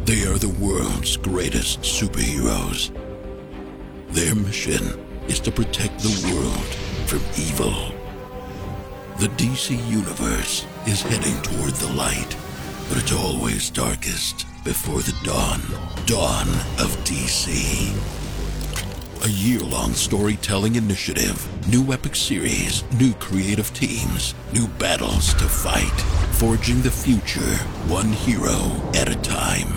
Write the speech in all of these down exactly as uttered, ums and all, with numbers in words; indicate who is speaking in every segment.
Speaker 1: They are the world's greatest superheroes. Their mission is to protect the world from evil. The D C universe is heading toward the light, but it's always darkest before the dawn. Dawn of D C. A year-long storytelling initiative, new epic series, new creative teams, new battles to fight, forging the future, one hero at a time.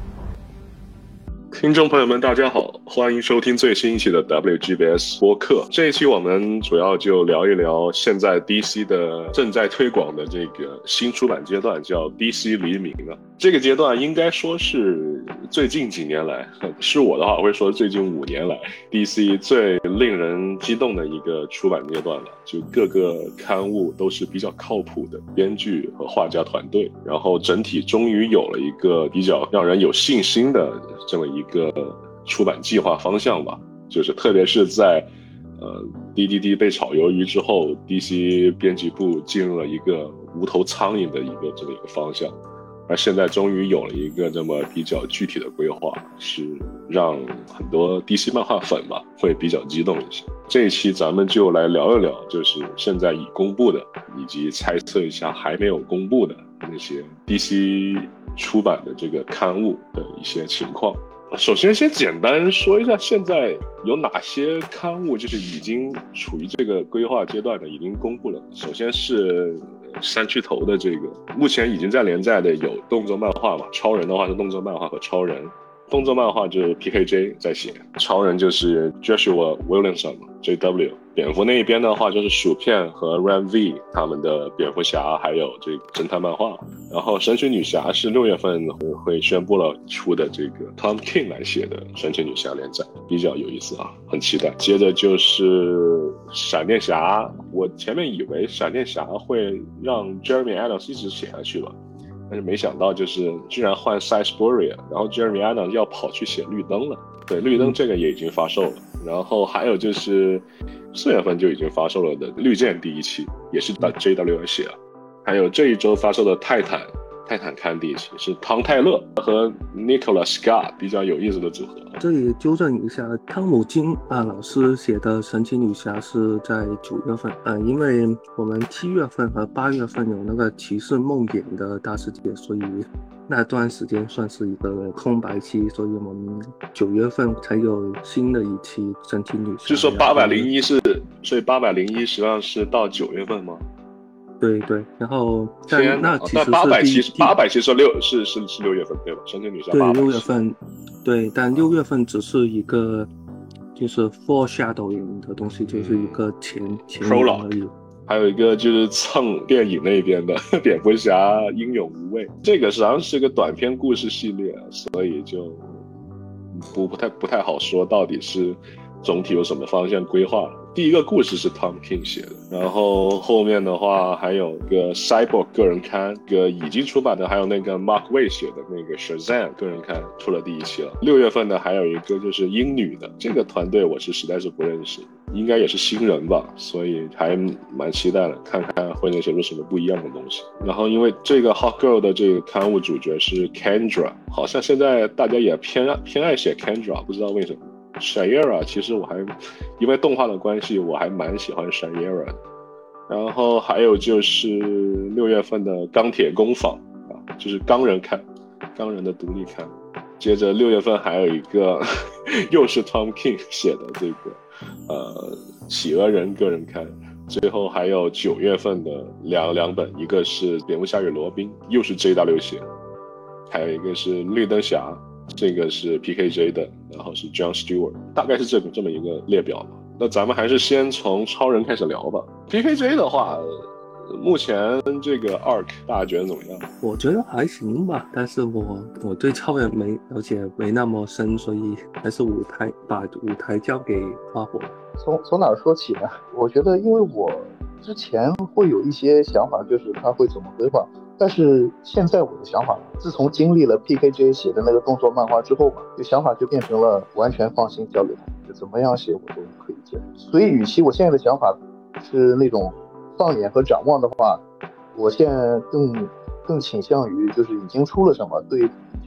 Speaker 2: 听众朋友们大家好，欢迎收听最新一期的 W G B S 播客。这一期我们主要就聊一聊现在 D C 的正在推广的这个新出版阶段，叫 D C 黎明了。这个阶段应该说是最近几年来，是我的话我会说最近五年来 D C 最令人激动的一个出版阶段了。就各个刊物都是比较靠谱的编剧和画家团队，然后整体终于有了一个比较让人有信心的这么一个出版计划方向吧。就是特别是在呃 D D D 被炒鱿鱼之后， D C 编辑部进入了一个无头苍蝇的一个这么一个方向，而现在终于有了一个这么比较具体的规划，是让很多 D C 漫画粉吧会比较激动一些。这一期咱们就来聊一聊，就是现在已公布的，以及猜测一下还没有公布的那些 D C 出版的这个刊物的一些情况。首先先简单说一下现在有哪些刊物就是已经处于这个规划阶段的，已经公布了。首先是三巨头的这个目前已经在连载的有动作漫画嘛，超人的话是动作漫画和超人，动作漫画就是 P K J 在写，超人就是 Joshua Williamson J W， 蝙蝠那一边的话就是薯片和 Ram V 他们的蝙蝠侠还有这个侦探漫画，然后神奇女侠是六月份会会宣布了出的这个 Tom King 来写的神奇女侠连载，比较有意思啊，很期待。接着就是闪电侠，我前面以为闪电侠会让 Jeremy Adams 一直写下去了，但是没想到就是居然换 Cy Spurrier， 然后 Jeremy Adams 要跑去写绿灯了。对，绿灯这个也已经发售了。然后还有就是四月份就已经发售了的绿箭第一期，也是 J W 写了。还有这一周发售的泰坦泰坦刊第一期是唐泰勒和 Nicholas Scott， 比较有意思的组合。
Speaker 3: 这里纠正一下，汤姆金啊老师写的神奇女侠是在九月份，呃，因为我们七月份和八月份有那个骑士梦魇的大世界，所以那段时间算是一个空白期，所以我们九月份才有新的一期神奇女侠。
Speaker 2: 就是说八百零一是，所以八百零一实际上是到九月份吗？
Speaker 3: 对对，然后但那其实是
Speaker 2: 八百期，八百期是六是是是六月份对吧？神奇女侠
Speaker 3: 对六月份，对，但六月份只是一个就是 foreshadowing 的东西，就是一个前、嗯、前言而已。
Speaker 2: 还有一个就是蹭电影那边的蝙蝠侠英勇无畏，这个实际上是个短篇故事系列，所以就不不太不太好说到底是总体有什么方向规划了。第一个故事是 Tom King 写的，然后后面的话还有个 Cyborg 个人刊，个已经出版的还有那个 Mark Waid 写的那个 Shazam 个人刊出了第一期了。六月份的还有一个就是英女的，这个团队我是实在是不认识，应该也是新人吧，所以还蛮期待的，看看会能写出什么不一样的东西。然后因为这个 Hot Girl 的这个刊物主角是 Kendra， 好像现在大家也偏偏爱写 Kendra， 不知道为什么。Shayera 其实我还因为动画的关系我还蛮喜欢 Shayera 的。然后还有就是六月份的钢铁工坊啊，就是钢人刊，钢人的独立刊。接着六月份还有一个又是 Tom King 写的这个呃企鹅人个人刊。最后还有九月份的两两本，一个是蝙蝠侠与罗宾，又是 J W 写的，还有一个是绿灯侠，这个是 P K J 的，然后是 John Stewart， 大概是这这么一个列表吧。那咱们还是先从超人开始聊吧。P K J 的话，目前这个 arc 大家觉得怎么样？
Speaker 3: 我觉得还行吧，但是我我对超人没了解没那么深，所以还是舞台把舞台交给花火。
Speaker 4: 从从哪儿说起呢？我觉得因为我之前会有一些想法，就是他会怎么规划，但是现在我的想法，自从经历了 P K J 写的那个动作漫画之后吧，这想法就变成了完全放心交给他，就怎么样写我都可以接。所以与其我现在的想法是那种放眼和展望的话，我现在更更倾向于就是已经出了什么，对已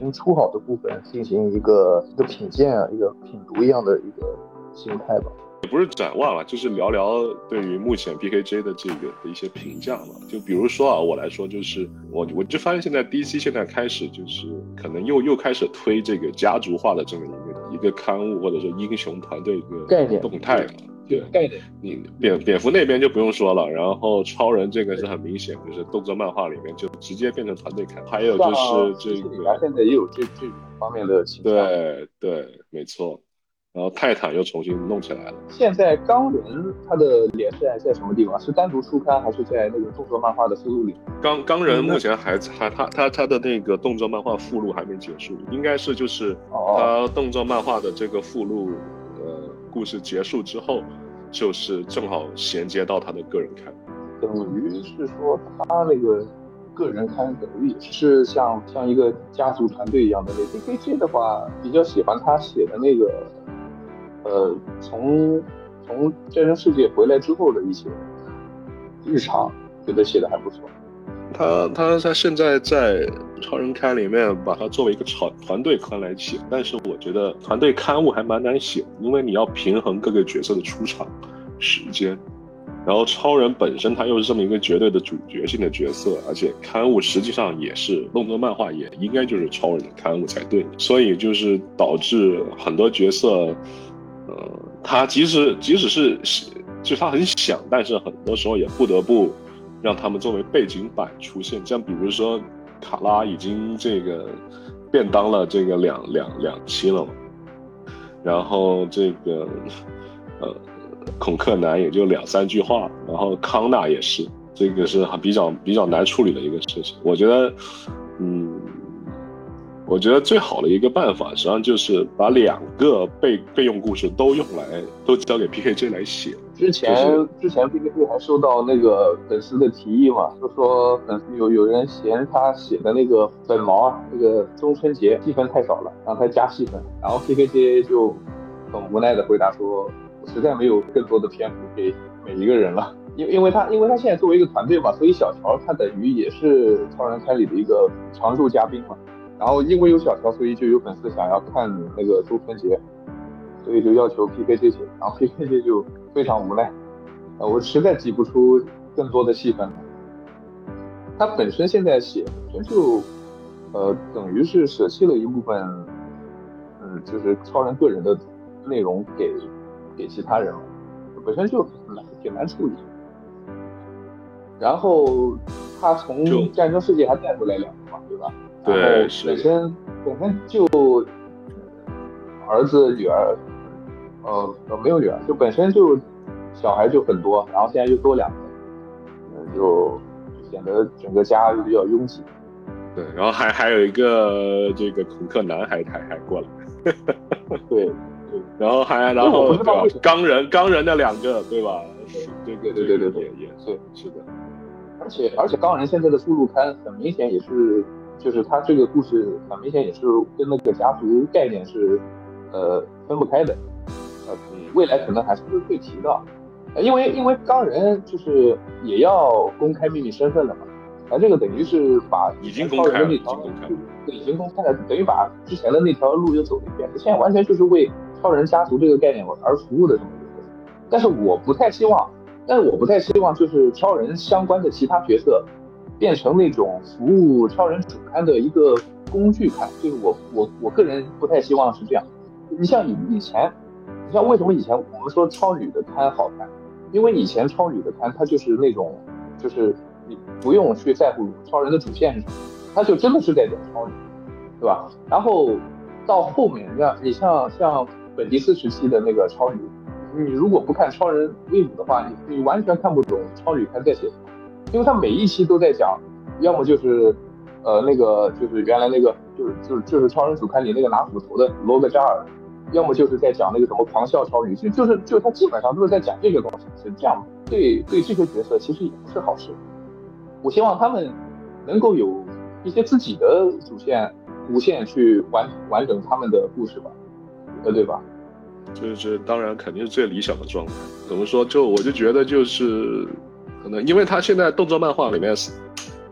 Speaker 4: 经出好的部分进行一个一个品鉴啊，一个品读一样的一个心态吧。
Speaker 2: 也不是展望了，就是聊聊对于目前 P K J 的这个的一些评价嘛。就比如说啊，我来说就是我我就发现现在 D C 现在开始就是可能又又开始推这个家族化的这么一个一个刊物或者说英雄团队一个
Speaker 4: 概念
Speaker 2: 动态嘛。对
Speaker 4: 概念，
Speaker 2: 你蝙蝙蝠那边就不用说了，然后超人这个是很明显，就是动作漫画里面就直接变成团队看，还有就是这个
Speaker 4: 现在也有这这种方面的倾向。
Speaker 2: 对对，没错。然后泰坦又重新弄起来了。
Speaker 4: 现在钢人他的连载在什么地方？是单独出刊还是在那个动作漫画的附录里？
Speaker 2: 钢钢人目前还还他他他的那个动作漫画附录还没结束，应该是就是他动作漫画的这个附录呃故事结束之后，就是正好衔接到他的个人刊。
Speaker 4: 等于是说他那个个人刊等于也是像像一个家族团队一样的类型。P K J 的话比较喜欢他写的那个。呃，从从战争世界回来之后的一些日常，觉得写的还不错。
Speaker 2: 他他他现在在超人刊里面把它作为一个团团队刊来写，但是我觉得团队刊物还蛮难写，因为你要平衡各个角色的出场时间，然后超人本身他又是这么一个绝对的主角性的角色，而且刊物实际上也是动作漫画，也应该就是超人的刊物才对，所以就是导致很多角色。呃，他即使即使是就他很想，但是很多时候也不得不让他们作为背景板出现。像比如说卡拉已经这个便当了这个两两两期了嘛，然后这个呃孔克南也就两三句话，然后康纳也是，这个是比较比较难处理的一个事情。我觉得，嗯。我觉得最好的一个办法，实际上就是把两个备备用故事都用来，都交给 P K J 来写。
Speaker 4: 之前、就是、之前 P K J 还收到那个粉丝的提议嘛，就说粉丝有有人嫌他写的那个本毛啊，这个中春节戏份太少了，让他加戏份。然后 P K J 就很无奈的回答说，我实在没有更多的篇幅给每一个人了。因因为他因为他现在作为一个团队嘛，所以小乔他等于也是超人刊里的一个常驻嘉宾嘛。然后因为有小乔，所以就有粉丝想要看那个周春节，所以就要求 P K J 写，然后 P K J 就非常无奈，呃，我实在挤不出更多的戏份了。他本身现在写本身就，呃，等于是舍弃了一部分，嗯，就是超人个人的内容给给其他人了，本身就很难挺难处理。然后他从战争世界还带回来两个嘛，对吧？
Speaker 2: 对，
Speaker 4: 本身本身就儿子女儿，呃呃没有女儿，就本身就小孩就很多，然后现在又多两个，嗯，就显得整个家就比较拥挤。
Speaker 2: 对，然后还还有一个这个孔克南还还还过来，
Speaker 4: 对对，
Speaker 2: 然后还然后对吧？钢人钢人的两个对吧？这个
Speaker 4: 对对对对
Speaker 2: 也也
Speaker 4: 对
Speaker 2: 是的，
Speaker 4: 而且而且钢人现在的附录刊很明显也是。就是他这个故事很明显也是跟那个家族概念是，呃，分不开的，呃，未来可能还是会提到，因为因为钢人就是也要公开秘密身份了嘛，而这个等于是把
Speaker 2: 已经公开了，
Speaker 4: 已经公开了，已经公开了，等于把之前的那条路又走了一遍，现在完全就是为超人家族这个概念而服务的这么一个角色。但是我不太希望，但是我不太希望就是超人相关的其他角色。变成那种服务超人主刊的一个工具刊，就是我我我个人不太希望是这样。你像以以前，你像为什么以前我们说超女的刊好看？因为以前超女的刊它就是那种，就是你不用去在乎超人的主线是什么，它就真的是在讲超女，对吧？然后到后面，你像你像像本迪斯时期的那个超女，你如果不看超人威武的话，你你完全看不懂超女刊在写什么。因为他每一期都在讲，要么就是，呃，那个就是原来那个就是就是就是超人主刊里那个拿斧头的罗格扎尔，要么就是在讲那个什么狂笑超女，就就是就他基本上都是在讲这个东西，是这样，对对这些角色其实也不是好事。我希望他们能够有一些自己的主线、主线去完完整他们的故事吧，呃，对吧？
Speaker 2: 就是当然肯定是最理想的状态。怎么说？就我就觉得就是。可能因为他现在动作漫画里面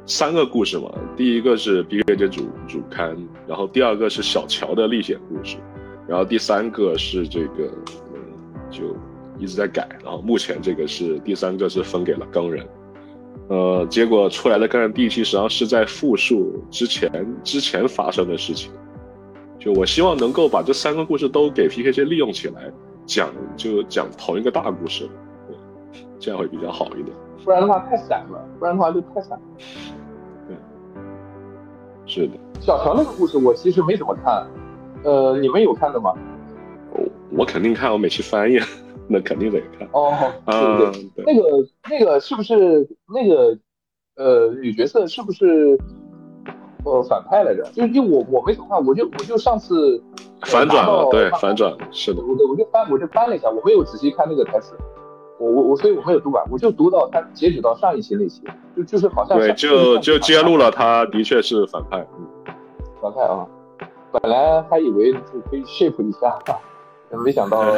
Speaker 2: 三个故事嘛，第一个是 P K J 主主刊，然后第二个是小乔的历险故事，然后第三个是这个嗯就一直在改，然后目前这个是第三个是分给了钢人。呃，结果出来的钢人第一期实际上是在复述之前之前发生的事情，就我希望能够把这三个故事都给 P K J 利用起来讲，就讲同一个大故事，这样会比较好一点。
Speaker 4: 不然的话太散了，不然的话就太散了。
Speaker 2: 对，是的。
Speaker 4: 小乔那个故事我其实没怎么看，呃，你们有看的吗？
Speaker 2: 我我肯定看，我每期翻译。那肯定得看
Speaker 4: 哦，对对、嗯、对，那个那个是不是那个呃女角色是不是呃反派来着？就是因为我我没怎么看，我就我就上次
Speaker 2: 反转了，对，反转是的，
Speaker 4: 我我就翻我就翻了一下，我没有仔细看那个台词，我我我所以我没有读完，我就读到他截止到上一期那期，就就是好像
Speaker 2: 对，就就揭露了他的确是反派，嗯，
Speaker 4: 反派啊，本来还以为就可以 shape 一下。没想到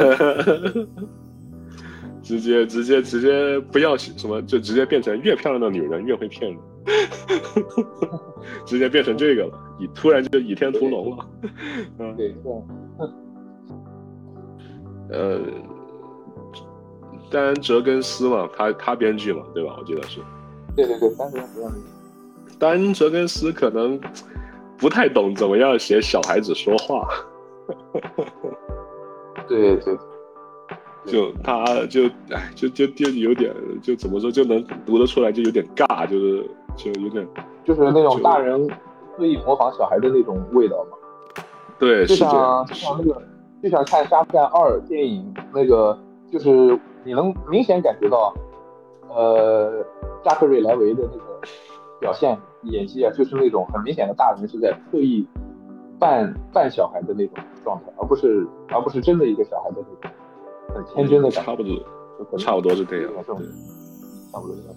Speaker 2: 直接直接直接不要什么，就直接变成越漂亮的女人越会骗人，直接变成这个了，以突然就倚天屠龙了。嗯，
Speaker 4: 对对。
Speaker 2: 呃，丹哲根斯嘛，他他编剧嘛，对吧？我记得是。
Speaker 4: 对对对，丹哲根斯。
Speaker 2: 丹哲根斯可能不太懂怎么样写小孩子说话。
Speaker 4: 对对，
Speaker 2: 就他就哎就就就有点就怎么说就能读得出来，就有点尬，就是就有点
Speaker 4: 就是那种大人刻意模仿小孩的那种味道嘛。
Speaker 2: 对，
Speaker 4: 就像就像那个就像看《沙赞二》电影那个，就是你能明显感觉到，呃，扎克瑞莱维的那个表现演技啊，就是那种很明显的大人是在刻意扮扮小孩的那种状态，而不是而不是真的一个小孩的那种很天真的感觉。
Speaker 2: 差不多，差不多是这样。
Speaker 4: 差不多这样。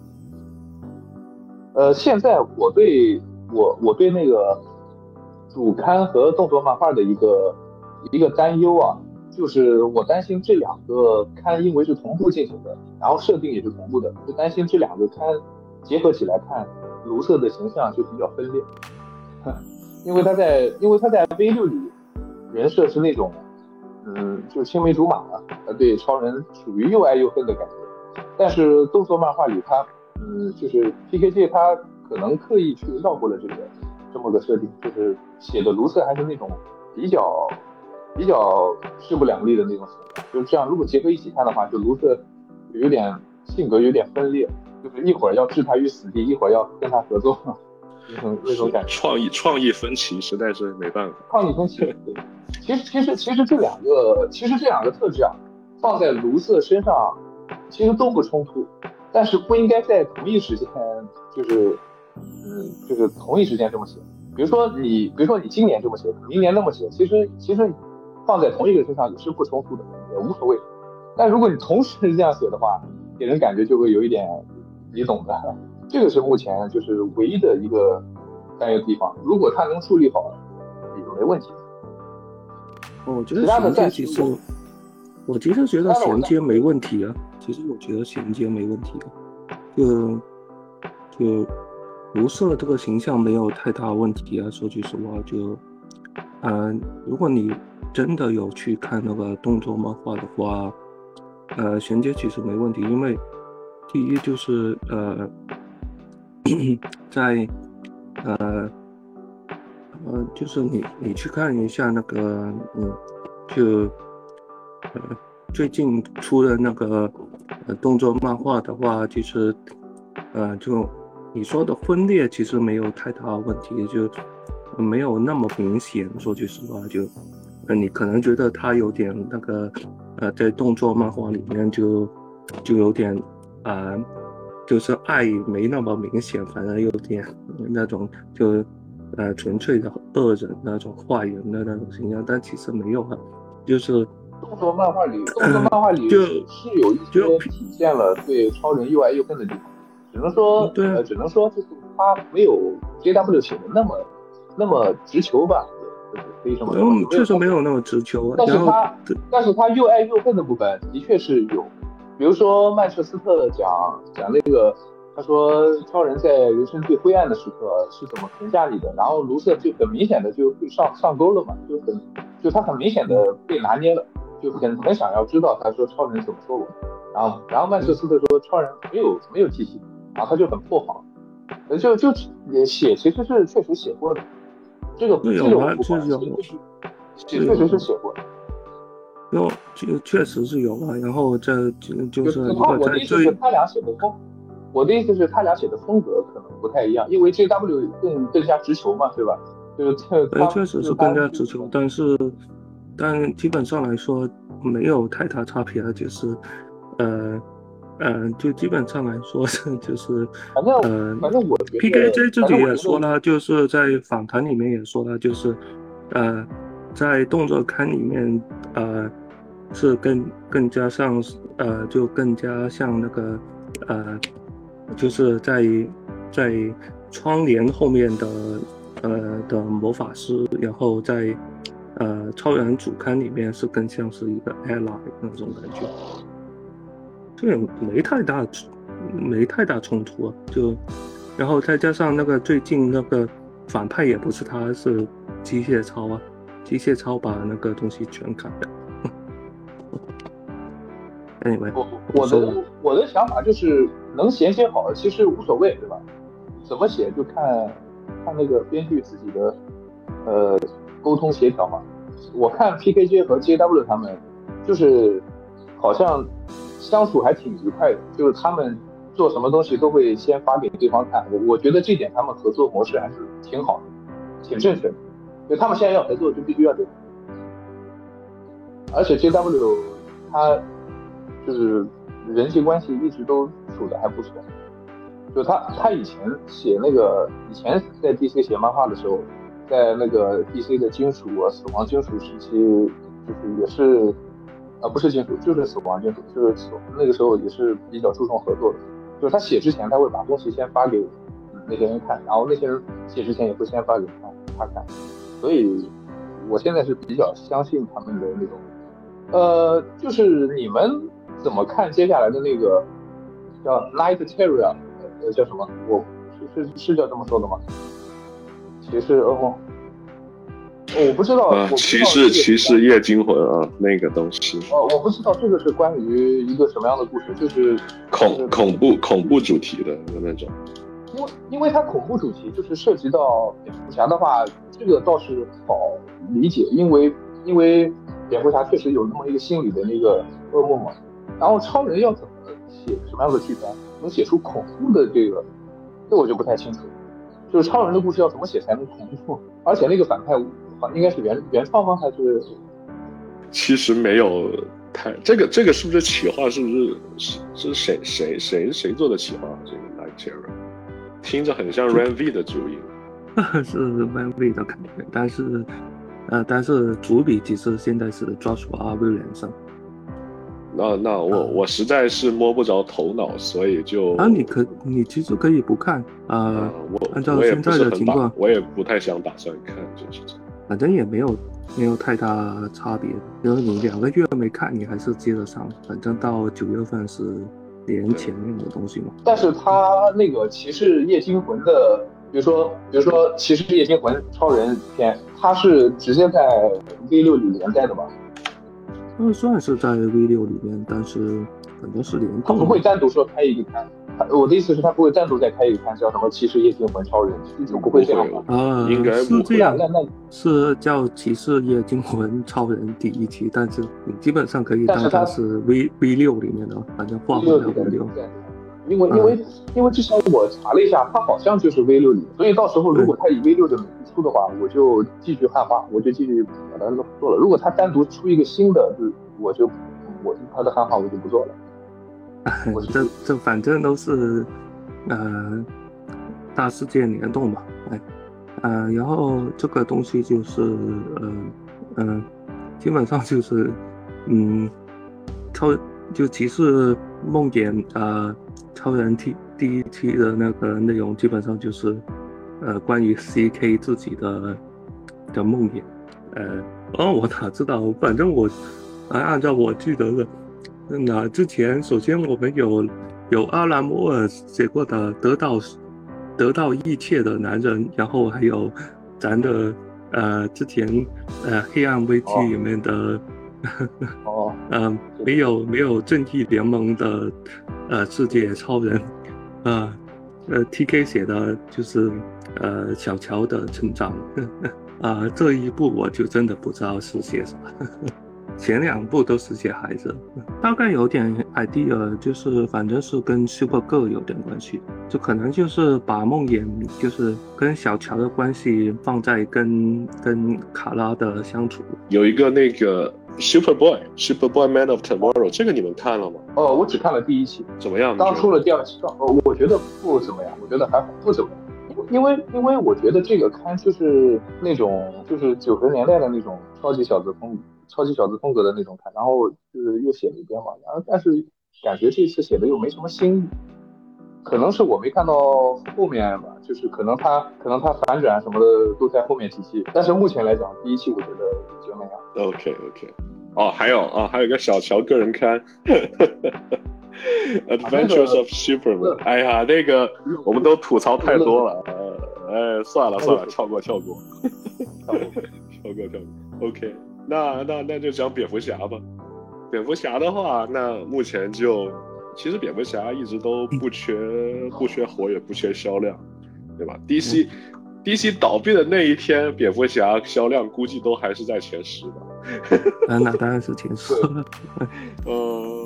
Speaker 4: 呃，现在我对我我对那个主刊和动作漫画的一个一个担忧啊，就是我担心这两个刊因为是同步进行的，然后设定也是同步的，就担心这两个刊结合起来看，卢瑟的形象就比较分裂。因为他在，因为他在 V 六 里人设是那种，嗯，就青梅竹马啊，他对超人属于又爱又恨的感觉。但是动作漫画里他，嗯，就是 P K J 他可能刻意去绕过了这个这么个设定，就是写的卢瑟还是那种比较比较势不两立的那种形象。就是这样，如果结合一起看的话，就卢瑟有点性格有点分裂，就是一会儿要置他于死地，一会儿要跟他合作。那种感觉，
Speaker 2: 创意创意分歧实在是没办法。
Speaker 4: 创意分歧，对，其实其实其实这两个其实这两个特质啊，放在卢瑟身上，其实都不冲突，但是不应该在同一时间，就是嗯，就是同一时间这么写。比如说你，比如说你今年这么写，明年那么写，其实其实放在同一个身上也是不冲突的，也无所谓。但如果你同时这样写的话，给人感觉就会有一点，你懂的。这个是目前就是唯一的一个担忧地方，如果他能处理好，也就没问题。
Speaker 3: 我觉得衔接其实，我其实觉得衔接没问题啊。其实我觉得衔接没问题啊，就就卢瑟这个形象没有太大问题啊。说句实话，就呃，如果你真的有去看那个动作漫画的话，呃，衔接其实没问题，因为第一就是呃。在呃呃，就是你你去看一下那个嗯，就呃最近出的那个呃动作漫画的话，其实呃就你说的分裂其实没有太大问题，就没有那么明显。说句实话，就呃你可能觉得它有点那个呃在动作漫画里面就就有点啊。呃就是爱没那么明显，反而有点那种就呃纯粹的恶人那种坏人的那种形象，但其实没有啊，就是
Speaker 4: 动作漫画里，动作漫画里是有一些体现了对超人又爱又恨的地方，只能说，
Speaker 3: 对、啊
Speaker 4: 呃，只能说就是他没有 J W 写的那么那么直球吧，可以这么说。
Speaker 3: 嗯，确实没有那么直球啊。
Speaker 4: 但是他，但是他又爱又恨的部分的确是有。比如说曼彻斯特讲讲那个他说超人在人生最灰暗的时刻是怎么评价你的，然后卢瑟就很明显的就上上钩了嘛，就很就他很明显的被拿捏了，就很很想要知道他说超人怎么说我，然后然后曼彻斯特说超人没有没有记性，然后他就很破防，就就也写其实是确实写过的，这个这个我不管，就是写确实是写过的。
Speaker 3: 有，就确实是有啊。然后这就就是
Speaker 4: 他我的意思是他俩写的风，我的意思是他俩写的风格可能不太一样，因为 J W 更更加直球嘛，对吧？就是
Speaker 3: 对，确实是更加直球，但是但基本上来说没有太大差别，就是呃呃，就基本上来说是就是
Speaker 4: 反正
Speaker 3: 呃，
Speaker 4: 反正我觉得
Speaker 3: P K J 自己也说了，就是在访谈里面也说了，就是呃，在动作刊里面呃。是更更加像呃，就更加像那个呃，就是在在窗帘后面的呃的魔法师，然后在呃超人主刊里面是更像是一个 ally 那种感觉，这也没太大没太大冲突啊。就然后再加上那个最近那个反派也不是他，是机械超啊，机械超把那个东西全砍掉。Anyway,
Speaker 4: 我我的我的想法就是能写写好，其实无所谓，对吧？怎么写就看看那个编剧自己的呃沟通协调嘛。我看 P K J 和 J W 他们就是好像相处还挺愉快的，就是他们做什么东西都会先发给对方看。我我觉得这点他们合作模式还是挺好的，挺正确的。就他们现在要合作就必须要这样。而且 J W 他就是人际关系一直都处的还不错，就他他以前写那个以前在 D C 写漫画的时候，在那个 D C 的金属啊死亡金属时期，就是也是啊不是金属就是死亡金属，就是那个时候也是比较注重合作的，就是他写之前他会把东西先发给那些人看，然后那些人写之前也会先发给他他看，所以我现在是比较相信他们的那种，呃，就是你们怎么看接下来的那个叫 Night Terror， 呃，叫什么？我是是是叫这么说的吗？骑士噩梦？我不知道。
Speaker 2: 啊，骑士骑士夜惊魂啊，那个东西。
Speaker 4: 哦，我不知道这个是关于一个什么样的故事，就是
Speaker 2: 恐恐怖恐怖主题的那种。
Speaker 4: 因为因为它恐怖主题就是涉及到蝙蝠侠的话，这个倒是好理解，因为因为蝙蝠侠确实有那么一个心理的那个噩梦嘛。然后超人要怎么写什么样的题材，能写出恐怖的这个，这我就不太清楚。就是超人的故事要怎么写才能恐怖？而且那个反派应该是原原创吗？还是？
Speaker 2: 其实没有太这个这个是不是企划？是不是是是谁谁谁谁做的企划？这个 Night Terror 听着很像 Ran V 的主意。
Speaker 3: 是 Ran V 的感觉，但是呃，但是主笔其实现在是 Joshua Williamson。
Speaker 2: 那那我、啊、我实在是摸不着头脑，所以就
Speaker 3: 啊，你可你其实可以不看啊、呃，
Speaker 2: 我
Speaker 3: 按照现在的情况，
Speaker 2: 我也不太想打算看，就是这样。
Speaker 3: 反正也没有没有太大差别，因为你两个月没看，你还是接得上。反正到九月份是连前面的东西嘛。
Speaker 4: 但是他那个骑士夜惊魂的，比如说比如说骑士夜惊魂超人篇，他是直接在 V 六 里连载的吧？
Speaker 3: 嗯，算是在 V 六 里面，但是反正是联动。
Speaker 4: 他不会单独说开一个刊，我的意思是，他不会单独再开一个刊，叫什么骑士夜惊魂超人，就不会这样吧？
Speaker 3: 啊，
Speaker 2: 应该
Speaker 3: 是这样。
Speaker 4: 那那
Speaker 3: 是叫骑士夜惊魂超人第一期，但是你基本上可以当它是 V V 六里面的，反正画不了 V 六。
Speaker 4: 因为因为、嗯、因为之前我查了一下，他好像就是 V 六里，所以到时候如果他以 V 六的名义出的话，我就继续汉化，我就继续把它做了。如果他单独出一个新的，就我就我他的汉化我就不做了。
Speaker 3: 我这这反正都是呃大世界联动吧，哎呃，然后这个东西就是呃呃，基本上就是嗯超就骑士梦魇呃超人 T 第一期的那个内容，基本上就是呃关于 C K 自己的的梦魇，呃哦我哪知道，反正我按照我记得的。那之前首先我们有有阿兰摩尔写过的得到得到一切的男人，然后还有咱的呃之前呃黑暗危机里面的
Speaker 4: 哦，
Speaker 3: 呃没有没有正义联盟的呃世界超人，呃呃 T K 写的就是呃小乔的成长，啊、呃、这一部我就真的不知道是写啥。前两部都是写孩子，大概有点 idea， 就是反正是跟 Super Girl 有点关系，就可能就是把梦魇就是跟小乔的关系放在跟跟卡拉的相处。
Speaker 2: 有一个那个 Superboy Superboy Man of Tomorrow， 这个你们看了吗？
Speaker 4: 哦，我只看了第一期，
Speaker 2: 怎么样？
Speaker 4: 刚出了第二期，哦，我觉得不怎么样，我觉得还好，不怎么样。因为因为我觉得这个刊就是那种就是九十年代的那种超级小子风超级小子风格的那种刊，然后就是又写了一遍嘛，然后但是感觉这次写的又没什么新意，可能是我没看到后面吧，就是可能他可能他反转什么的都在后面几期，但是目前来讲第一期我觉得就那样。
Speaker 2: OK OK， 哦还有啊、哦、还有一个小乔个人刊Adventures of Superman， 哎呀那个我们都吐槽太多了，呃哎算了算了，跳过跳过跳过跳过跳过 OK， 那那那就讲蝙蝠侠吧。蝙蝠侠的话，那目前就其实蝙蝠侠一直都不缺不缺火也不缺销量，对吧？ D C、嗯、D C 倒闭的那一天，蝙蝠侠销量估计都还是在前十吧。
Speaker 3: 啊，那当然是前十。
Speaker 2: 呃，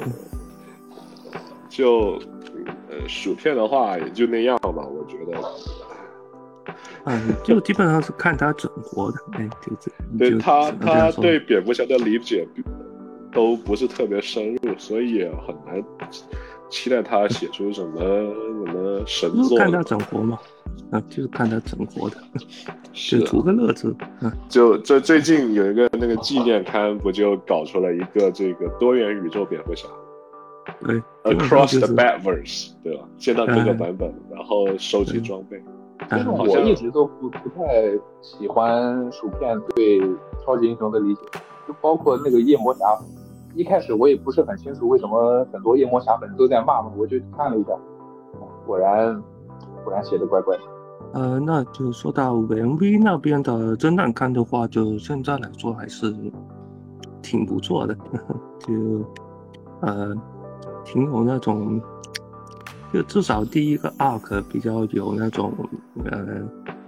Speaker 2: 就呃薯片的话也就那样吧，我觉得。
Speaker 3: 嗯，就基本上是看他整活的，哎，就是
Speaker 2: 对他他对蝙蝠侠的理解都不是特别深入，所以也很难期待他写出什么什么神作。
Speaker 3: 就是看他整活嘛，啊，就是看他整活的，
Speaker 2: 是
Speaker 3: 就图个乐子。啊，
Speaker 2: 就这最近有一个那个纪念刊，不就搞出了一个这个多元宇宙蝙蝠侠？
Speaker 3: 对
Speaker 2: ，Across the Batverse， 对吧？见到各个版本，然后收集装备。
Speaker 4: 但是我一直都不不太喜欢薯片对超级英雄的理解，就包括那个夜魔侠，一开始我也不是很清楚为什么很多夜魔侠粉都在骂嘛，我就看了一下，果然果然写的怪怪的。
Speaker 3: 呃，那就说到 M V 那边的侦探刊的话，就现在来说还是挺不错的，呵呵就呃挺有那种。就至少第一个 arc 比较有那种呃，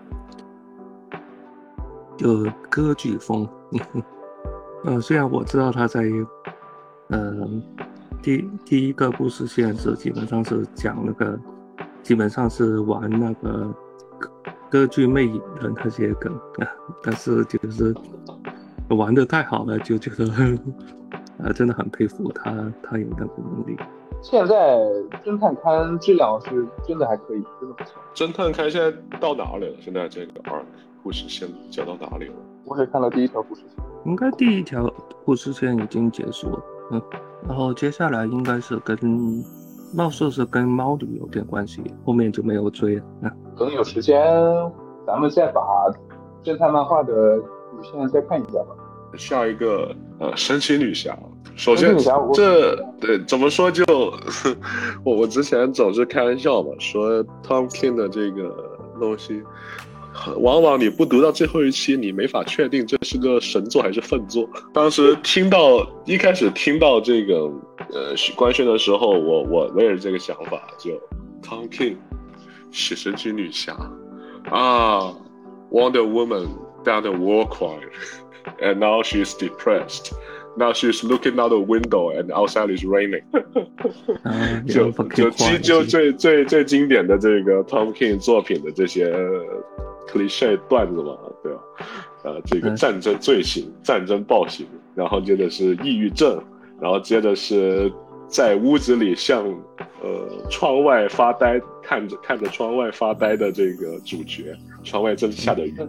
Speaker 3: 就歌剧风。呃，虽然我知道他在呃第第一个故事线是基本上是讲那个，基本上是玩那个歌剧魅影的那些梗啊，但是就是玩得太好了，就觉得呃真的很佩服他，他有那个能力。
Speaker 4: 现在侦探刊质量是真的还可以，真的不错。
Speaker 2: 侦探刊现在到哪里了？现在这个二故事线讲到哪里了？
Speaker 4: 我只看了第一条故事线，
Speaker 3: 应该第一条故事线已经结束了，嗯，然后接下来应该是跟貌似是跟猫女有点关系，后面就没有追了。嗯，
Speaker 4: 等有时间咱们再把侦探漫画的主线再看一下吧。
Speaker 2: 下一个呃神奇女侠。首先，这对怎么说就我我之前总是开玩笑嘛，说 Tom King 的这个东西，往往你不读到最后一期，你没法确定这是个神作还是粪作。当时听到一开始听到这个呃官宣的时候，我我我也是这个想法，就 Tom King 写神奇女侠啊 ，Wonder Woman down the war cry，and now she's depressed。Now she's looking out the window and outside is raining 就就就最最最经典的这个 Tom King 作品的这些 cliché 段子嘛，对吧？呃，这个战争罪行、战争暴行，然后接着是抑郁症，然后接着是在屋子里向呃窗外发呆，看着看着窗外发呆的这个主角，窗外正下着雨。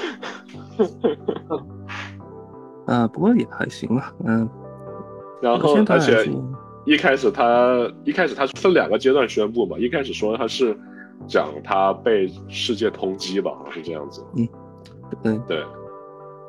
Speaker 3: 呃，不过也还行吧，嗯。
Speaker 2: 然后，而且一开始他一开始他是分两个阶段宣布嘛，一开始说他是讲他被世界通缉吧，是这样子。
Speaker 3: 嗯，对
Speaker 2: 对。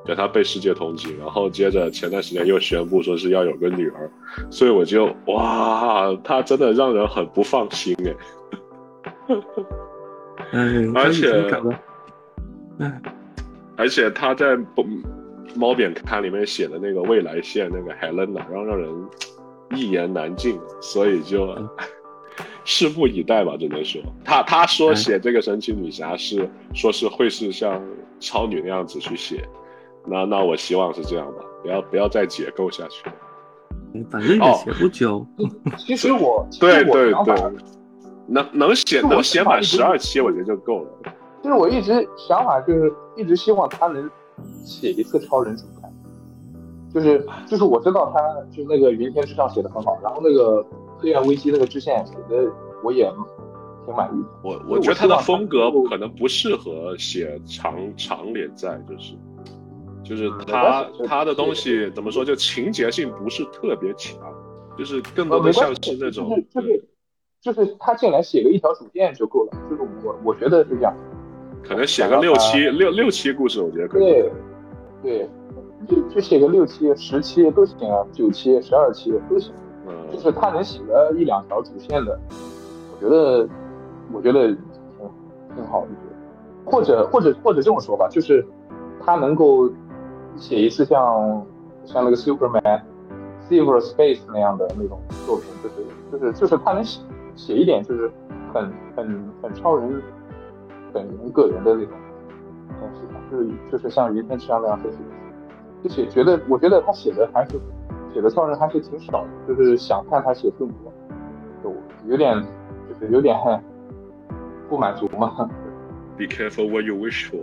Speaker 2: 给他被世界通缉，然后接着前段时间又宣布说是要有个女儿，所以我就哇，他真的让人很不放心哎。
Speaker 3: 嗯，
Speaker 2: 而且
Speaker 3: 嗯，
Speaker 2: 而且他在猫扁刊里面写的那个未来线那个 Helena 让让人一言难尽，所以就拭目以待吧，只能说他他说写这个神奇女侠是说是会是像超女那样子去写，那那我希望是这样吧，不要不要再解构下去了。
Speaker 3: 反正也写不久。
Speaker 4: 哦、其实我
Speaker 2: 对对对，能能写能写满十二期，我觉得就够了。
Speaker 4: 就是我一直想法就是一直希望他能写一次超人主刊，就是就是我知道他就那个云天之上写的很好，然后那个黑暗危机那个支线写的我也挺满意的。
Speaker 2: 我我觉得他的风格可能不适合写长长连载，就是就是他、嗯、他的东西怎么说，就情节性不是特别强，就是更多的像是那种、
Speaker 4: 呃、就是就是就是他进来写个一条主线就够了，就是我我觉得是这样。
Speaker 2: 可能写个六期六六期故事，我觉得可以。
Speaker 4: 对对，就就写个六期、十期都行啊，九期、十二期都行。嗯，就是他能写个一两条主线的，我觉得我觉得挺挺好的。或者或者或者这么说吧，就是他能够写一次像像那个 Superman、Silver Space 那样的那种作品，就是就是就是他能写写一点就是很很很超人。本人个人的那种东西吧，就是就是像云天之上那样写，就写觉得我觉得他写的还是写的超人还是挺少的，就是想看他写更多，就有点就是有点不满足嘛。
Speaker 2: Be careful what you wish for 。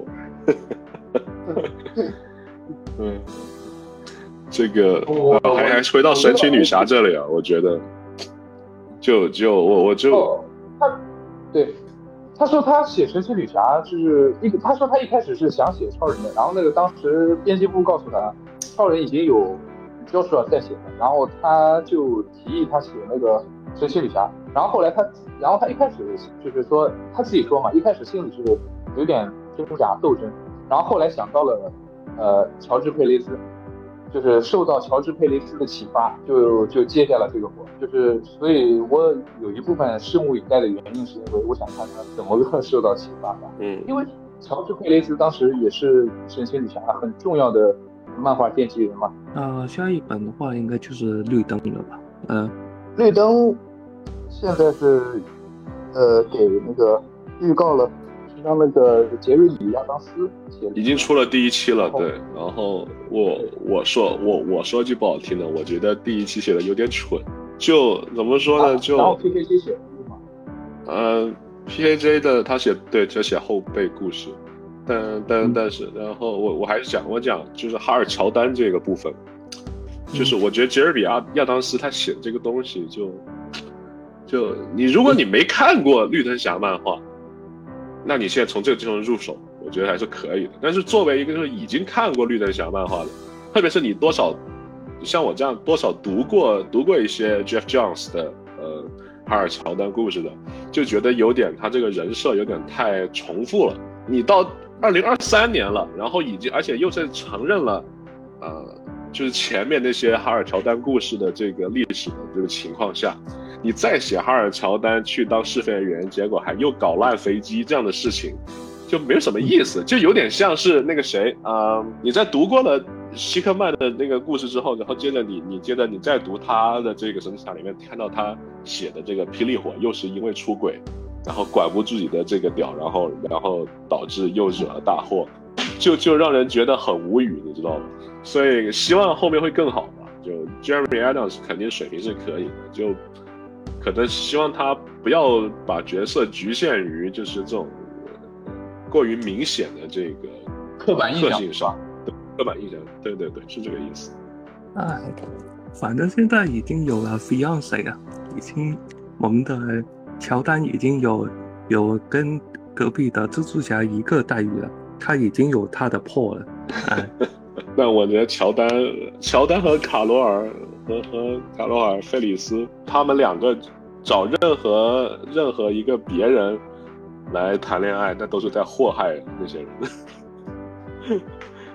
Speaker 2: 嗯，这个、呃、还还回到神奇女侠这里啊，我觉得就就我我就、
Speaker 4: 哦、他对。他说他写神奇女侠就是一个，他说他一开始是想写超人的，然后那个当时编辑部告诉他，超人已经有焦叔在写了，然后他就提议他写那个神奇女侠，然后后来他，然后他一开始就是说他自己说嘛，一开始心里是有点挣扎斗争，然后后来想到了呃乔治佩雷斯，就是受到乔治佩雷斯的启发，就就接下了这个活，就是所以我有一部分拭目以待的原因是因为我想看他怎么个受到启发吧。
Speaker 2: 嗯，
Speaker 4: 因为乔治佩雷斯当时也是神奇女侠很重要的漫画奠基人嘛。
Speaker 3: 呃，下一本的话应该就是绿灯了吧？呃，
Speaker 4: 绿灯现在是呃给那个预告了。让那个杰瑞里亚当斯
Speaker 2: 已经出了第一期了，对。然后我我说我我说句不好听的，我觉得第一期写的有点蠢，就怎么说呢？就
Speaker 4: 然后 P K J 写的吗？
Speaker 2: 嗯 ，P K J 的他写对，就写后辈故事，但但但是，然后我我还是讲我讲就是哈尔乔丹这个部分，就是我觉得杰瑞比亚亚当斯他写的这个东西就就你如果你没看过绿灯侠漫画。那你现在从这个地方入手，我觉得还是可以的。但是作为一个就是已经看过绿灯侠漫画的，特别是你多少像我这样多少读过读过一些 Jeff Johns 的呃哈尔乔丹故事的，就觉得有点他这个人设有点太重复了。你到二零二三年了，然后已经而且又是承认了呃就是前面那些哈尔乔丹故事的这个历史的这个情况下。你再写哈尔乔丹去当试飞员，结果还又搞烂飞机这样的事情，就没有什么意思，就有点像是那个谁啊、呃，你在读过了希克曼的那个故事之后，然后接着你你接着你再读他的这个神奇侠里面看到他写的这个霹雳火又是因为出轨，然后管不住自己的这个屌，然后然后导致又惹了大祸，就就让人觉得很无语，你知道吗？所以希望后面会更好吧。就 Jeremy Adams 肯定水平是可以的，就。可能希望他不要把角色局限于就是这种过于明显的这个
Speaker 4: 刻板印象
Speaker 2: 上，刻板印象，对对对，是这个意思。
Speaker 3: 哎，反正现在已经有了 Fiance 了，已经我们的乔丹已经有有跟隔壁的蜘蛛侠一个待遇了，他已经有他的破了。哎，
Speaker 2: 但我觉得乔丹乔丹和卡罗尔。和和卡罗尔·费里斯，他们两个找任何任何一个别人来谈恋爱，那都是在祸害那些人。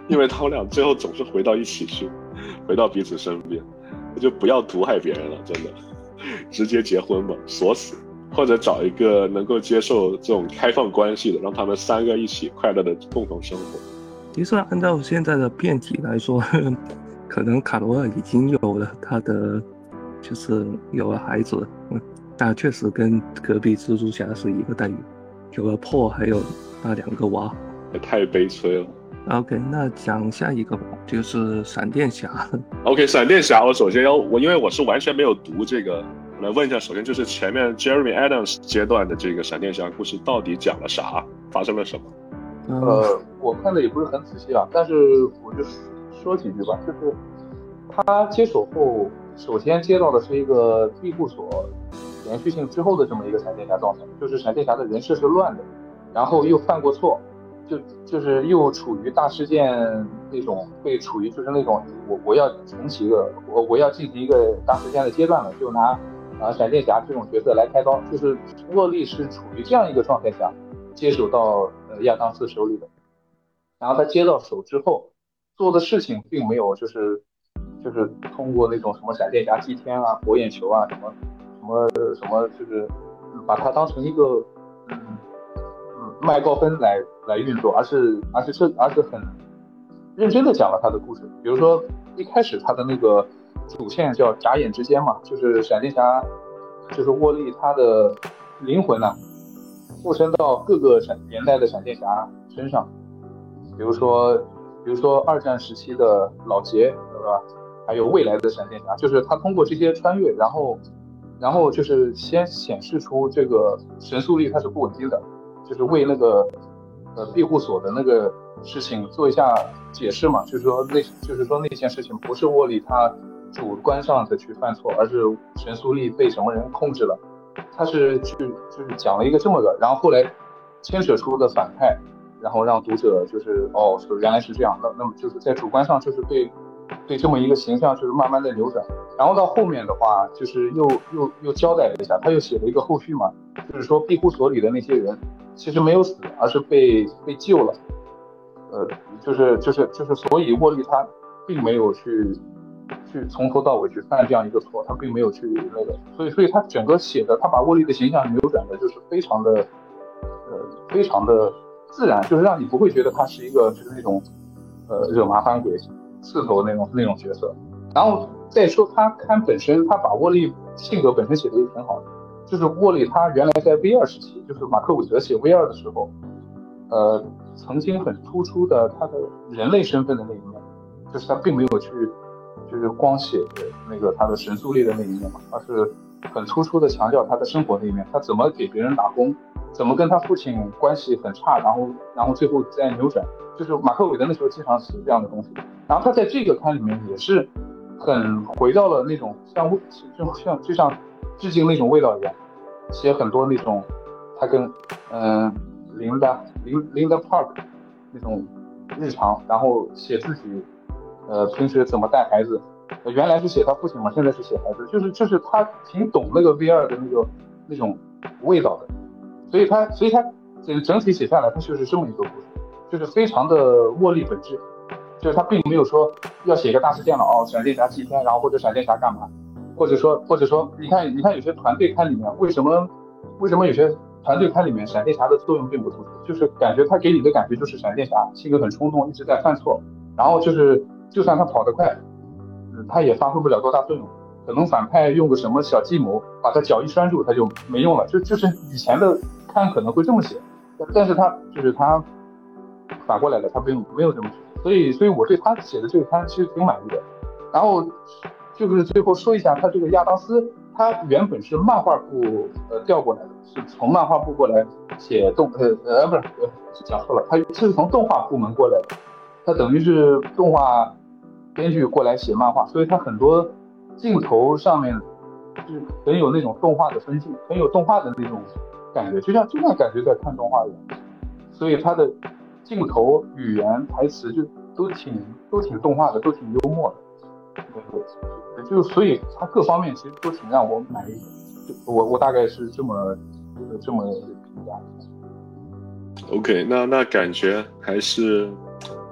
Speaker 2: 因为他们俩最后总是回到一起去，回到彼此身边，就不要毒害别人了，真的，直接结婚吧，锁死，或者找一个能够接受这种开放关系的，让他们三个一起快乐的共同生活。
Speaker 3: 其实按照现在的辩题来说，可能卡罗尔已经有了他的，就是有了孩子，嗯，但确实跟隔壁蜘蛛侠是一个待遇，有了破还有那两个娃，
Speaker 2: 也太悲催了。
Speaker 3: OK， 那讲下一个吧，就是闪电侠。
Speaker 2: OK， 闪电侠，我首先要我因为我是完全没有读这个，来问一下，首先就是前面 Jeremy Adams 阶段的这个闪电侠故事到底讲了啥，发生了什么？
Speaker 4: 呃，我看的也不是很仔细啊，但是我就说几句吧。就是他接手后，首先接到的是一个庇护所连续性之后的这么一个闪电侠状态，就是闪电侠的人设是乱的，然后又犯过错，就就是又处于大事件那种，会处于就是那种我我要重启一个我我要进行一个大事件的阶段了，就拿啊闪电侠这种角色来开刀，就是沃利是处于这样一个状态下接手到呃亚当斯手里的，然后他接到手之后做的事情并没有就是就是通过那种什么闪电侠祭天啊、火眼球啊什么什么什么，就是把它当成一个嗯嗯麦高芬来来运作，而是而是是而是很认真的讲了他的故事。比如说一开始他的那个主线叫眨眼之间嘛，就是闪电侠就是沃利他的灵魂呢、啊。附身到各个闪年代的闪电侠身上，比如说，比如说二战时期的老杰，对吧？还有未来的闪电侠，就是他通过这些穿越，然后，然后就是先显示出这个神速力它是不稳定的，就是为那个呃庇护所的那个事情做一下解释嘛，就是说那，就是说那件事情不是沃利他主观上的去犯错，而是神速力被什么人控制了。他是去就是讲了一个这么个，然后后来牵扯出的反派，然后让读者就是哦，说原来是这样的，那么就是在主观上就是对对这么一个形象就是慢慢的扭转，然后到后面的话就是又又又交代了一下，他又写了一个后续嘛，就是说庇护所里的那些人其实没有死，而是被被救了，呃，就是就是就是所以沃利他并没有去。去从头到尾去犯这样一个错，他并没有去那个，所以所以他整个写的，他把沃利的形象扭转的，就是非常的，呃，非常的自然，就是让你不会觉得他是一个就是那种，呃，惹麻烦鬼、刺头那种那种角色。然后再说他看本身，他把沃利性格本身写的也挺好的，就是沃利他原来在 V 二时期，就是马克韦德写 V 二的时候，呃，曾经很突出的他的人类身份的那一面，就是他并没有去。就是光写那个他的神速力的那一面嘛，而是很突出的强调他的生活那一面，他怎么给别人打工，怎么跟他父亲关系很差，然后然后最后再扭转，就是马克韦德那时候经常写这样的东西。然后他在这个刊里面也是很回到了那种像就像就像致敬那种味道一样，写很多那种他跟嗯琳达琳琳达 Park 那种日常，然后写自己。呃，平时怎么带孩子？呃、原来是写他父亲嘛，现在是写孩子，就是就是他挺懂那个 V 二的那个那种味道的，所以他所以他整整体写下来，他就是这么一个故事，就是非常的沃利本质，就是他并没有说要写个大事件了哦，闪电侠祭天，然后或者闪电侠干嘛，或者说或者说你看你看有些团队刊里面为什么为什么有些团队刊里面闪电侠的作用并不突出，就是感觉他给你的感觉就是闪电侠性格很冲动，一直在犯错，然后就是。就算他跑得快，嗯，他也发挥不了多大作用。可能反派用个什么小计谋，把他脚一拴住，他就没用了。就就是以前的刊可能会这么写，但是他就是他反过来了，他并没有这么写。所以，所以我对他写的这个刊其实挺满意的。然后就是最后说一下，他这个亚当斯，他原本是漫画部呃调过来的，是从漫画部过来写动呃呃不是呃讲错了，他是从动画部门过来的。他等于是动画编剧过来写漫画，所以他很多镜头上面是很有那种动画的分镜，很有动画的那种感觉，就像就像感觉在看动画一样。所以他的镜头、语言、台词就都挺都挺动画的，都挺幽默的。对，就所以他各方面其实都挺让我满意的。我我大概是这么这么评价。
Speaker 2: OK， 那那感觉还是。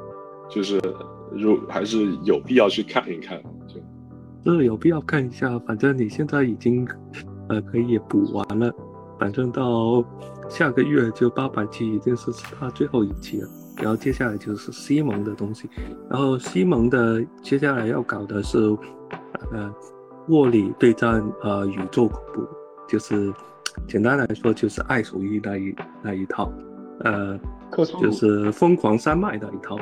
Speaker 2: 就是如还是有必要去看一看。
Speaker 3: 就是有必要看一下，反正你现在已经呃可以补完了，反正到下个月就八百期已经是他最后一期了，然后接下来就是西蒙的东西，然后西蒙的接下来要搞的是呃沃里对战呃宇宙恐怖，就是简单来说就是爱属于那一那一套，呃就是疯狂山脉那一套。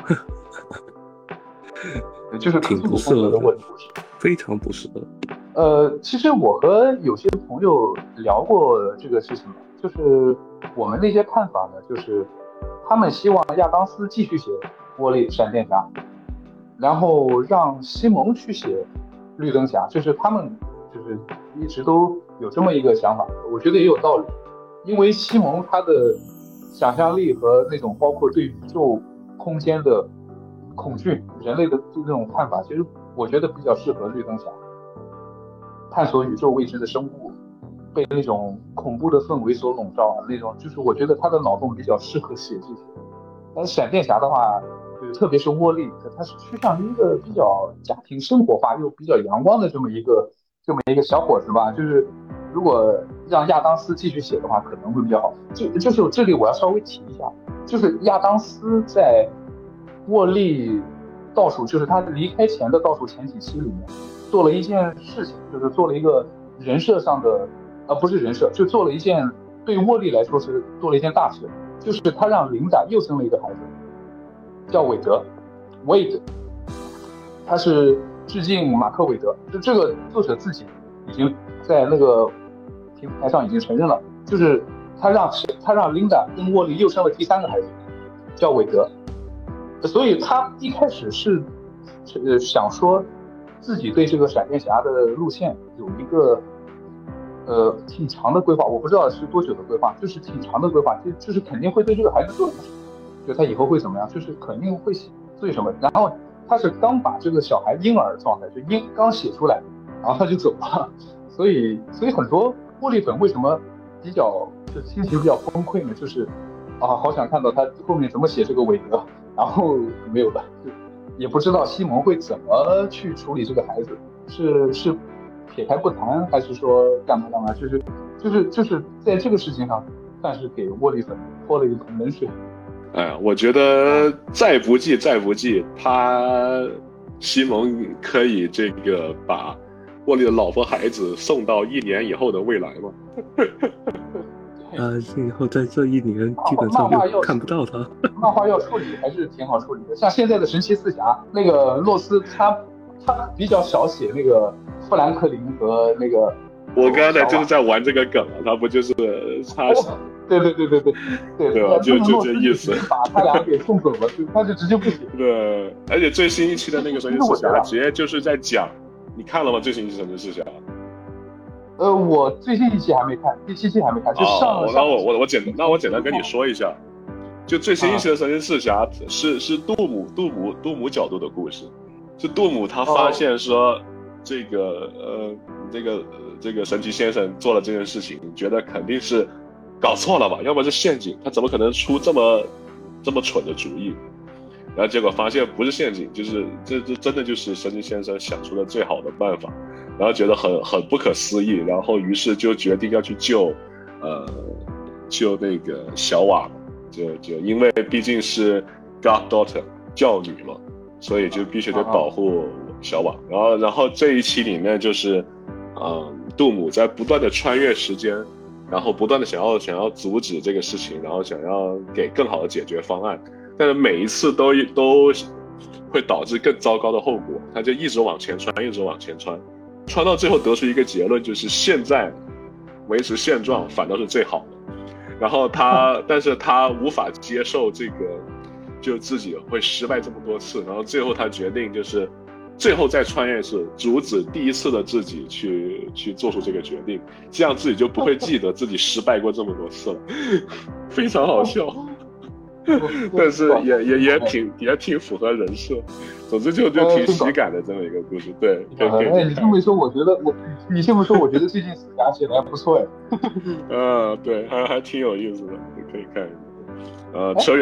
Speaker 4: 就是
Speaker 3: 挺不适合的，非常不适合。
Speaker 4: 呃，其实我和有些朋友聊过这个事情，就是我们那些看法呢，就是他们希望亚当斯继续写沃利闪电侠，然后让西蒙去写绿灯侠，就是他们就是一直都有这么一个想法，我觉得也有道理，因为西蒙他的想象力和那种包括对宇宙空间的恐惧，人类的这种看法，其实我觉得比较适合绿灯侠，探索宇宙未知的生物，被那种恐怖的氛围所笼罩啊，那种就是我觉得他的脑洞比较适合写这些。但是闪电侠的话，就是特别是沃利，他是趋向于一个比较家庭生活化又比较阳光的这么一个这么一个小伙子吧。就是如果让亚当斯继续写的话，可能会比较好。就就是这里我要稍微提一下，就是亚当斯在沃利倒数，就是他离开前的倒数前几期里面，做了一件事情，就是做了一个人设上的，呃，不是人设，就做了一件对沃利来说是做了一件大事，就是他让琳达又生了一个孩子，叫韦德，韦德，他是致敬马克·韦德，就这个作者自己已经在那个平台上已经承认了，就是他让他让琳达跟沃利又生了第三个孩子，叫韦德。所以他一开始是呃想说自己对这个闪电侠的路线有一个呃挺长的规划，我不知道是多久的规划，就是挺长的规划，就就是肯定会对这个孩子做什么，就他以后会怎么样，就是肯定会做什么。然后他是刚把这个小孩婴儿状态就婴刚写出来，然后他就走了。所以所以很多沃利粉为什么比较就心情比较崩溃呢？就是啊，好想看到他后面怎么写这个韦德。然后没有了，也不知道西蒙会怎么去处理这个孩子，是是撇开不谈，还是说干嘛干嘛？就是就是就是在这个事情上，算是给沃利粉泼了一盆冷水。
Speaker 2: 哎，我觉得再不济再不济，他西蒙可以这个把沃利的老婆孩子送到一年以后的未来吗？
Speaker 3: 呃，以后在这一年基本上就看不到他。
Speaker 4: 漫画要处理还是挺好处理的，像现在的神奇四侠，那个洛斯他他比较少写那个富兰克林和那个。
Speaker 2: 我刚才就是在玩这个梗啊，他不就是他？
Speaker 4: 哦、对对对对对对
Speaker 2: 对吧？就就这意思，
Speaker 4: 把他俩给送走了，就他就直接不写。
Speaker 2: 对，而且最新一期的那个神奇四侠直接就是在讲，你看了吗？最新一期神奇四侠？
Speaker 4: 呃，我最新一期还没看，第七期还没看，就上了。
Speaker 2: 那我我我简单，那我简单跟你说一下，就最新一期的神奇四侠是是杜姆杜姆杜姆角度的故事，是杜姆他发现说这个呃这个这个神奇先生做了这件事情，觉得肯定是搞错了吧，要么是陷阱，他怎么可能出这么这么蠢的主意？然后结果发现不是陷阱，就是这这真的就是神奇先生想出了最好的办法。然后觉得很很不可思议，然后于是就决定要去救，呃，救那个小瓦，就就因为毕竟是 goddaughter 教女嘛，所以就必须得保护小瓦。然后然后这一期里面就是，呃，杜姆在不断的穿越时间，然后不断的想要想要阻止这个事情，然后想要给更好的解决方案，但是每一次都都会导致更糟糕的后果，他就一直往前穿，一直往前穿。穿到最后得出一个结论，就是现在维持现状反倒是最好的。然后他，但是他无法接受这个，就自己会失败这么多次。然后最后他决定就是最后再穿越一次，阻止第一次的自己去去做出这个决定，这样自己就不会记得自己失败过这么多次了，非常好笑。但是也也也挺也挺符合人设，总之就就挺喜感的这么一个故事。对，可以可以。
Speaker 4: 哎，你这么一说，我觉得我你这么说，我觉得最近死侠写的还不错哎。
Speaker 2: 嗯，对，还还挺有意思的，可以看一下。呃，扯远了。
Speaker 4: 其实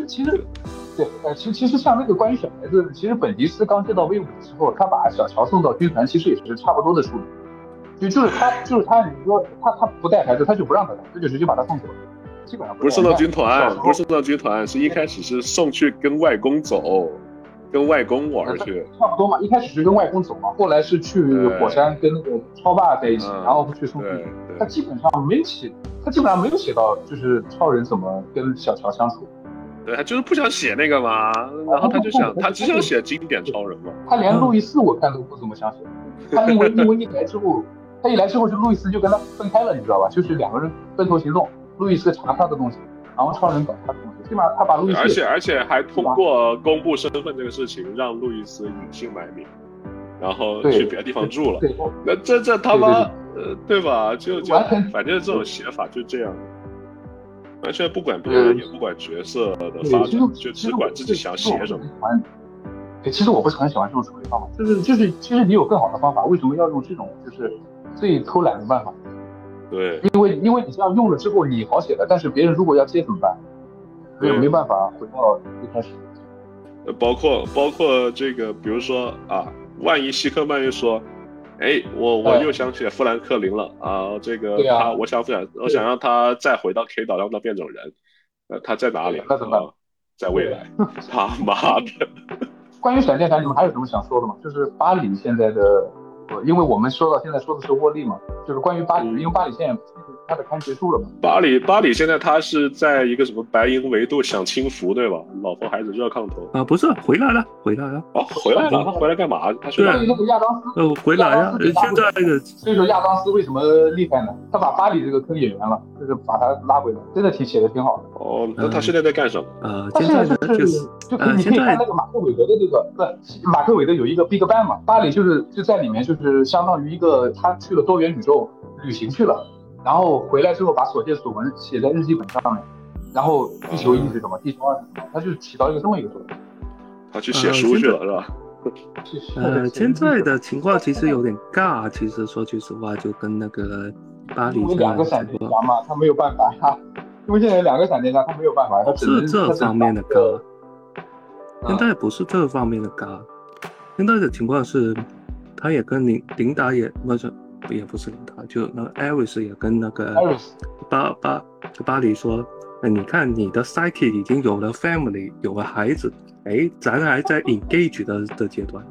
Speaker 5: 其实对，呃，其实其实像那个关于小孩子，其实本迪斯刚接到威武的时候，他把小乔送到军团，其实也是差不多的处理。就就是他就是他，你说他他不带孩子，他就不让他带，他就直接把他送走了。基本上
Speaker 2: 不是送到军团，不是送到军团，是一开始是送去跟外公走，跟外公玩去。
Speaker 5: 差不多嘛，一开始是跟外公走嘛，后来是去火山跟那个超爸在一起，然后去送。他基本上没写，他基本上没有写到就是超人怎么跟小乔相处。
Speaker 2: 对，他就是不想写那个嘛，然后他就想，他只想写经典超人嘛。
Speaker 5: 他连路易斯我看都不怎么想写，他因为因为一来之后，他一来之后就路易斯就跟他分开了，你知道吧？就是两个人分头行动，路易斯查他的东西，然后超人搞他的东西，起码他把路易斯，
Speaker 2: 而且而且还通过公布身份这个事情，让路易斯隐姓埋名，然后去别的地方住了。那这这他妈呃对吧？就就反正这种写法就这样。完全不管别人，也不管角色的发展，就只管自己想写什么。
Speaker 5: 对，其实我不是很喜欢这种处理方法，就是就是，其实你有更好的方法，为什么要用这种就是最偷懒的办法？
Speaker 2: 对，
Speaker 5: 因为因为你这样用了之后你好写的，但是别人如果要接怎么办？没有没办法回到一开始。
Speaker 2: 呃，包括包括这个，比如说啊，万一希克曼又说。哎，我我又想起富兰克林了啊！这个他，啊、我想想，我想让他再回到 K 岛，让他变种人。呃，他在哪里？
Speaker 5: 那怎么办？
Speaker 2: 呃、在未来。他妈的！
Speaker 5: 关于闪电侠，你们还有什么想说的吗？就是巴里现在的，因为我们说到现在说的是沃利嘛，就是关于巴里，因为巴里现在他的刊结束了嘛。
Speaker 2: 巴里巴里现在他是在一个什么白银维度享清福，对吧？老婆孩子热炕头
Speaker 3: 啊，不是回来了，回来了。
Speaker 2: 哦，回来了，他回来干嘛？他去
Speaker 5: 哪里？那个亚当斯，
Speaker 3: 呃，回来了。现在那个，
Speaker 5: 所以说亚当斯为什么厉害呢？他把巴里这个坑演员了，就是把他拉回来，真的挺写的挺好的。
Speaker 2: 哦，那他现在在干什么？
Speaker 3: 呃，
Speaker 5: 他现在就是就可以你可以看那个马克韦德的这个，不，马克韦德有一个 Big Bang 嘛，巴里就是就在里面，就是相当于一个他去了多元宇宙旅行去了。然后回来之后把所见所闻写在日记本上面，然后地球一是什么，地球二是什么，他就起到一个这么一个作用。
Speaker 2: 他去写书去了、呃、是吧？
Speaker 3: 呃，现在的情况其实有点尬，其实说句实话，就跟那个巴黎。
Speaker 5: 因为两个闪电侠嘛，他没有办法呀。因为现在两个闪电侠，他没有办法，他只能
Speaker 3: 是这方面的尬。现在不是这方面的尬，现在的情况是，他也跟琳琳达也不是。也不是他，就那个艾瑞斯也跟那个巴巴巴里说，哎，你看你的 psyche 已经有了 family， 有了孩子，哎，咱还在 engage 的的阶段，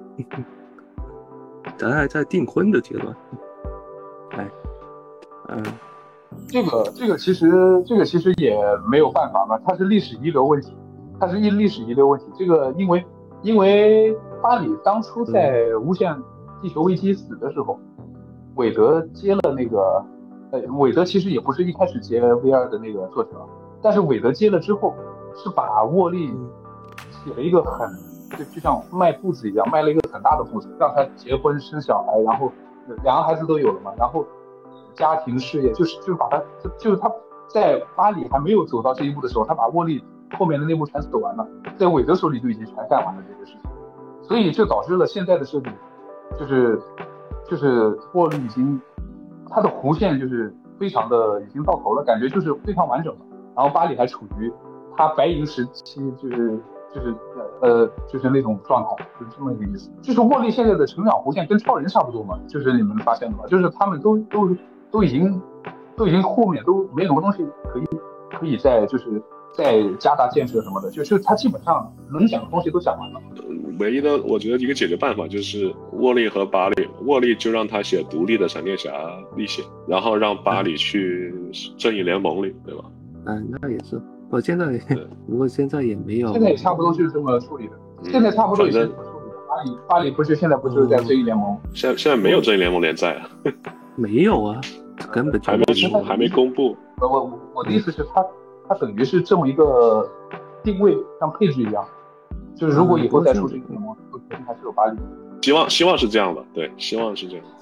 Speaker 3: 咱还在订婚的阶段，哎，嗯，
Speaker 5: 这个这个其实这个其实也没有办法嘛，它是历史遗留问题，它是一历史遗留问题。这个因为因为巴里当初在无限地球危机死的时候。韦德接了那个，呃，韦德其实也不是一开始接 V R 的那个作者，但是韦德接了之后，是把沃利写了一个很，就就像卖步子一样，卖了一个很大的步子，让他结婚生小孩，然后两个孩子都有了嘛，然后家庭事业，就是就是把他，就就是他在巴黎还没有走到这一步的时候，他把沃利后面的那步全走完了，在韦德手里就已经全干完了这个事情，所以就导致了现在的设定，就是。就是沃利已经，他的弧线就是非常的已经到头了，感觉就是非常完整了。然后巴里还处于他白银时期，就是就是呃就是那种状态，就是这么一个意思。就是沃利现在的成长弧线跟超人差不多嘛，就是你们发现了吗？就是他们都都都已经都已经后面都没什么东西可以可以再就是再加大建设什么的，就是他基本上能讲的东西都讲完了。
Speaker 2: 唯一的，我觉得一个解决办法就是沃利和巴里，沃利就让他写独立的闪电侠历险，然后让巴里去正义联盟里，对吧？
Speaker 3: 嗯，那也是。我现在，不过现在也没有。
Speaker 5: 现在也差不多就是这么处理的。嗯、现在差不多也是这么处理的。巴里，巴里不是现在不就是在正义联盟？
Speaker 2: 嗯、现在现在没有正义联盟连载啊。
Speaker 3: 没有啊，根本就
Speaker 2: 还没出，还没公布。
Speaker 5: 我我我的意思是，他他等于是这么一个定位，像配置一样。就是如果以后再出这个联盟，肯定还是有巴黎。
Speaker 2: 希望希望是这样的，对，希望是这样。